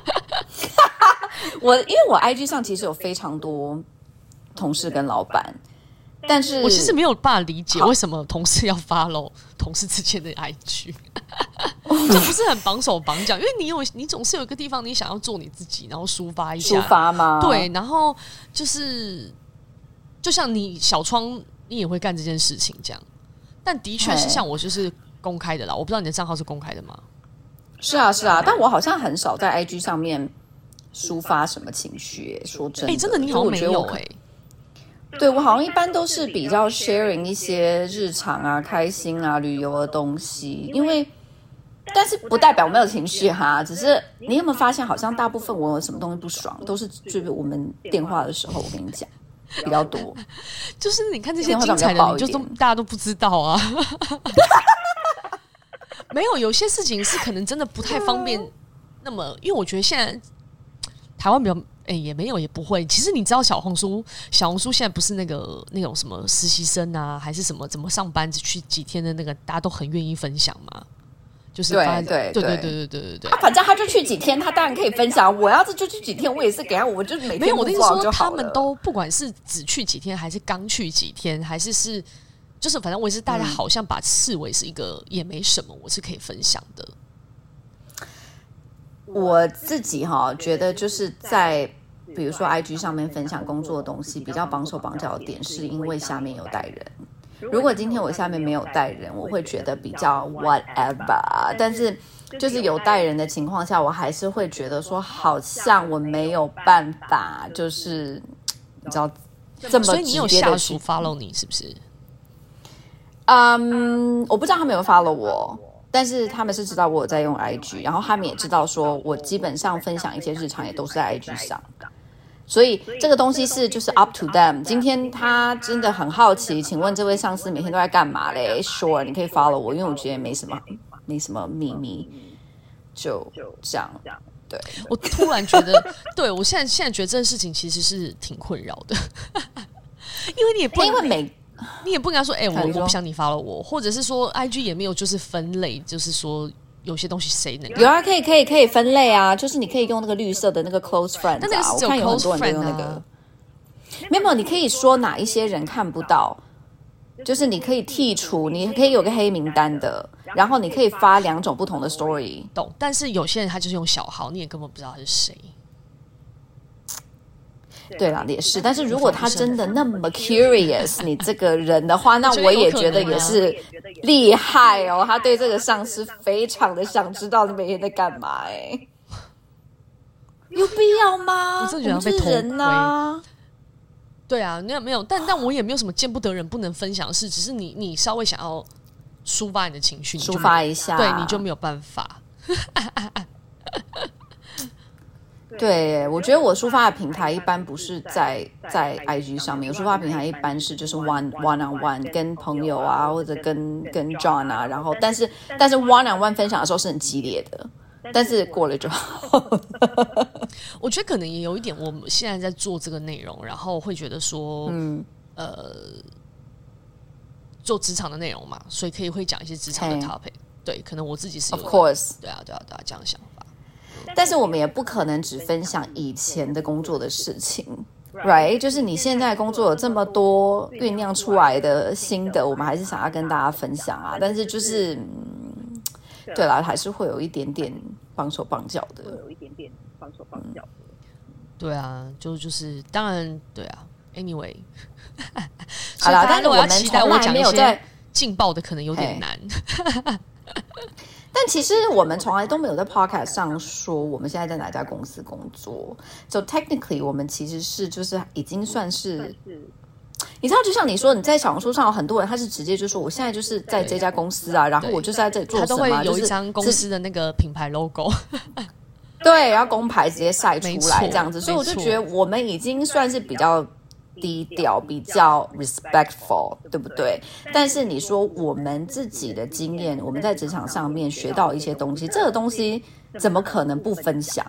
我因为我 I G 上其实有非常多同事跟老板，但是我其实没有办法理解为什么同事要 follow 同事之间的 I G。这不是很绑手绑脚，因为你有你总是有一个地方你想要做你自己，然后抒发一下， 抒发吗？ 对，然后就是就像你小窗，你也会干这件事情这样。但的确是像我就是公开的啦，我不知道你的账号是公开的吗？ 是啊是啊，但我好像很少在 I G 上面抒发什么情绪、欸。说真的， 哎、欸，真的你好像没有哎、欸。 对，我好像一般都是比较 sharing 一些日常啊、开心啊、旅游的东西，因为。但是不代表我没有情绪哈，只是你有没有发现，好像大部分我有什么东西不爽，都是就是我们电话的时候，我跟你讲比较多。 就是你看这些精彩的，你就都大家都不知道啊。没有，有些事情是可能真的不太方便。那么，因为我觉得现在台湾比较。哎、欸，也没有，也不会。其实你知道小红书，小红书现在不是那个那种什么实习生啊，还是什么怎么上班去几天的那个，大家都很愿意分享嘛。就是对对对对对对对对对。 啊，反正他就去几天，他当然可以分享。我要是就去几天，我也是给他，我就每天没有。我的意思说，他们都不管是只去几天，还是刚去几天，还是是就是反正我也是大家好像把视为是一个、嗯、也没什么，我是可以分享的。 我自己哈觉得就是在比如说 I G 上面分享工作的东西，比较绑手绑脚的点，是因为下面有带人。如果今天我下面没有带人，我会觉得比较 whatever。但是就是有带人的情况下，我还是会觉得说，好像我没有办法，就是你知道这么直接的去。 所以你有下属 follow 你是不是？ 嗯，我不知道他们有 follow 我。但是他们是知道我有在用 I G， 然后他们也知道说我基本上分享一些日常也都是在 I G 上，所以这个东西是就是 up to them。今天他真的很好奇，请问这位上司每天都在干嘛嘞 ？Sure， 你可以 follow 我，因为我觉得没什么没什么秘密，就这样。对， 我突然觉得，对我现在现在觉得这件事情其实是挺困扰的，因为你也不因为每。 你也不跟他说，哎、欸，我我不想你 follow 我，或者是说 I G 也没有就是分类，就是说有些东西谁能有啊，可以可以可以分类啊，就是你可以用那个绿色的那个 close friends 啊， 但那个是只有 close friend 啊，我看有很多人都用那个。 没有，你可以说哪一些人看不到，就是你可以剔除，你可以有个黑名单的，然后你可以发两种不同的 story。 懂，但是有些人他就是用小号，你也根本不知道他是谁。 对啦，也是。但是如果他真的那么 curious 你这个人的话，那我也觉得也是厉害哦。他对这个上司非常的想知道你每天在干嘛、欸，哎，有必要吗？ 我真的觉得被偷窥啊。对啊，没有没有，但但我也没有什么见不得人不能分享的事，只是你你稍微想要抒发你的情绪， 抒发一下， 对，你就没有办法。 对，我觉得我抒发的平台一般不是在在 I G 上面，我抒发平台一般是就是 one one on one 跟朋友啊，或者跟跟 John 啊，然后但是但是 one on one 分享的时候是很激烈的，但是过了就好。 我觉得可能也有一点，我们现在在做这个内容，然后会觉得说，嗯，呃，做职场的内容嘛，所以可以会讲一些职场的 topic。对，可能我自己是有 ，of course， 对啊，对啊，对啊，这样的想法。 但是我们也不可能只分享以前的工作的事情 ，right？ 就是你现在工作有这么多酝酿出来的新的，我们还是想要跟大家分享啊。但是就是，嗯、对啦，还是会有一点点绑手绑脚的， 会有一点点绑手绑脚的。 对啊，就就是当然，对啊。Anyway， 好啦，但是我们期待我讲一些劲爆的，可能有点难。 但其实我们从来都没有在 podcast 上说我们现在在哪家公司工作 ，so technically 我们其实是就是已经算是，你知道，就像你说你在小红书上有很多人他是直接就说我现在就是在这家公司啊，然后我就是在这里做什么， 他都会有一张公司的那个品牌 logo， 对，然后公牌直接晒出来这样子，所以我就觉得我们已经算是比较低调，比较 respectful， 对不对？但是你说我们自己的经验，我们在职场上面学到一些东西，这个东西怎么可能不分享？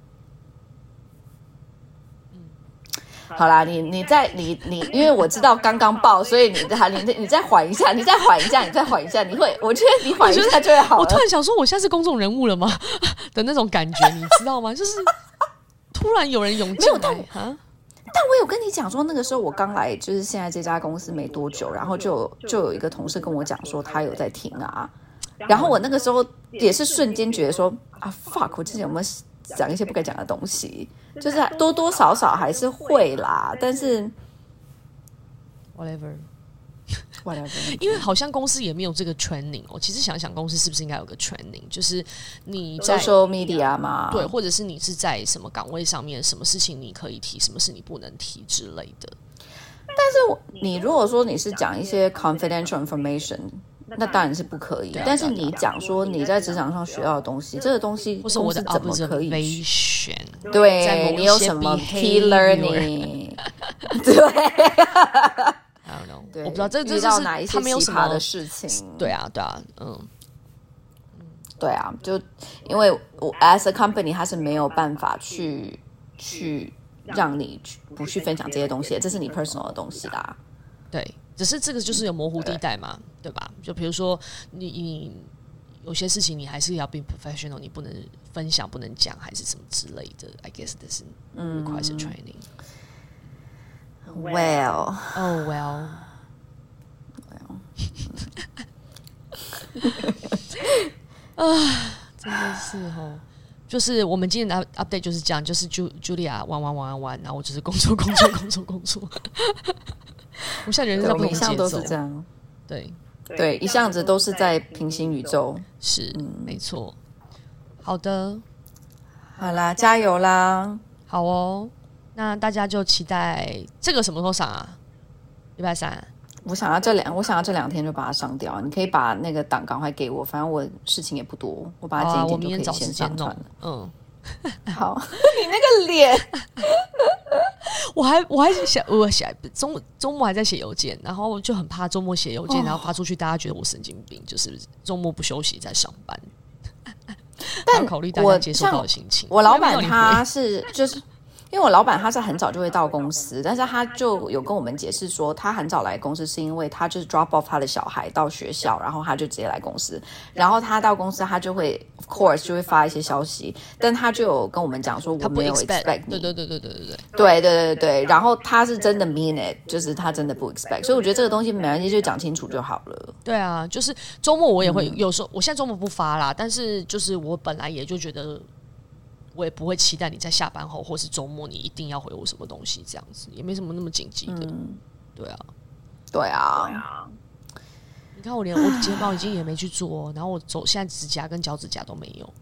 好啦，你你再你你，因为我知道刚刚爆，所以你你你再缓一下，你再缓一下，你再缓一下，你会，我觉得你缓一下就会好了。 我突然想说，我现在是公众人物了吗？的那种感觉，你知道吗？就是突然有人涌进来啊。 但我有跟你讲说，那个时候我刚来，就是现在这家公司没多久，然后就有就有一个同事跟我讲说他有在听啊，然后我那个时候也是瞬间觉得说啊 fuck， 我之前有没有讲一些不该讲的东西？就是多多少少还是会啦，但是 whatever whatever， 因为好像公司也没有这个 training 哦。其实想想，公司是不是应该有个 training？ 就是你在 social media 嘛， 对，或者是你是在什么岗位上面，什么事情你可以提，什么事你不能提之类的。 但是你如果说你是讲一些 confidential information， 那当然是不可以。但是你讲说你在职场上学到的东西，这个东西或是我的怎么可以？ 对， 你有什么 key learning？ 对。 I don't know， 我不知道这这就是他们有什么的事情。 对啊，对啊，嗯， 对啊，就因为我 as a company， 它是没有办法去去让你不去分享这些东西，这是你 personal 的东西啦。 对，只是这个就是有模糊地带嘛， 对, 对吧？就比如说你你有些事情你还是要 be professional， 你不能分享，不能讲，还是什么之类的。I guess this requires a training。Well, oh well, well. 啊，真的是哦，就是我们今天的 update 就是这样，就是 Julia 玩玩玩玩，然后我就是工作工作工作工作。我现在人在不同节奏， 都是这样。 对对，一向子都是在平行宇宙， 是、嗯、没错。好的， 好啦，加油啦！ 好哦。那大家就期待这个什么时候上啊？礼拜三。 我想要这两，我想要这两天就把它上掉。你可以把那个档赶快给我，反正我事情也不多，我把它剪一剪就可以先上传了。 嗯， 好。你那个脸， 我还我还想我想周周末还在写邮件，然后就很怕周末写邮件，然后发出去，大家觉得我神经病，就是周末不休息在上班。但考虑大家接受到的心情。 我老板他是就是。因为我老板他是很早就会到公司，但是他就有跟我们解释说，他很早来公司是因为他就是 drop off 他的小孩到学校，然后他就直接来公司，然后他到公司他就会 of course 就会发一些消息，但他就有跟我们讲说我没有 expect 你， 对对对对对对对对对对对，然后他是真的 mean it， 就是他真的不 expect， 所以我觉得这个东西没关系，就讲清楚就好了。 对啊，就是周末我也会、嗯、有时候，我现在周末不发啦，但是就是我本来也就觉得。我也不会期待你在下班后或是周末你一定要回我什么东西，这样子也没什么那么紧急的、嗯。对啊， 对啊， 你看我连我睫毛已经也没去做，然后我走现在指甲跟脚趾甲都没有。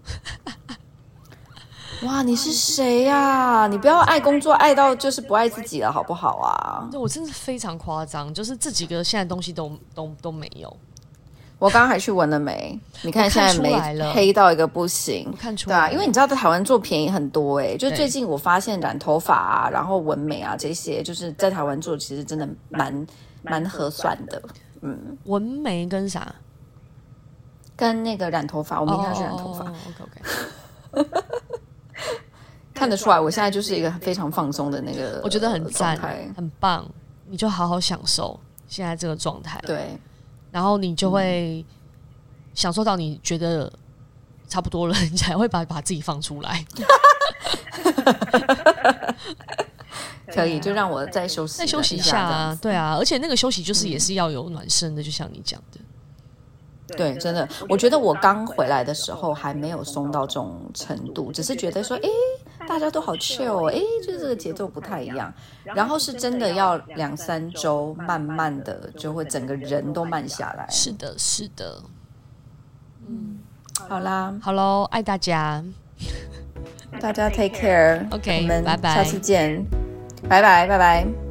哇，你是谁呀、啊？你不要爱工作爱到就是不爱自己了，好不好啊？ 对，我真的非常夸张，就是这几个现在东西都都都没有。 我刚刚还去纹了眉，你看现在眉黑到一个不行， 我看出来了， 对啊，因为你知道在台湾做便宜很多哎、欸，就最近我发现染头发啊，然后纹眉啊这些，就是在台湾做其实真的蛮蛮合算的。嗯， 纹眉跟啥？ 跟那个染头发，我明天要去染头发。 哦 OK OK， 看得出来，我现在就是一个非常放松的那个， 我觉得很赞， 呃、 很棒，你就好好享受现在这个状态。 对。 然后你就会享受到你觉得差不多了，你才会把把自己放出来。 可以，就让我再休息， 再休息一下啊，对啊，而且那个休息就是也是要有暖身的，嗯、就像你讲的。 对，真的，我觉得我刚回来的时候还没有松到这种程度，只是觉得说，哎，大家都好 chill， 哎，就是这个节奏不太一样。然后是真的要两三周，慢慢的就会整个人都慢下来。 是的，是的。 嗯，好啦， 好喽，爱大家， 大家 take care， OK， 我们拜拜， 下次见，拜拜，拜拜。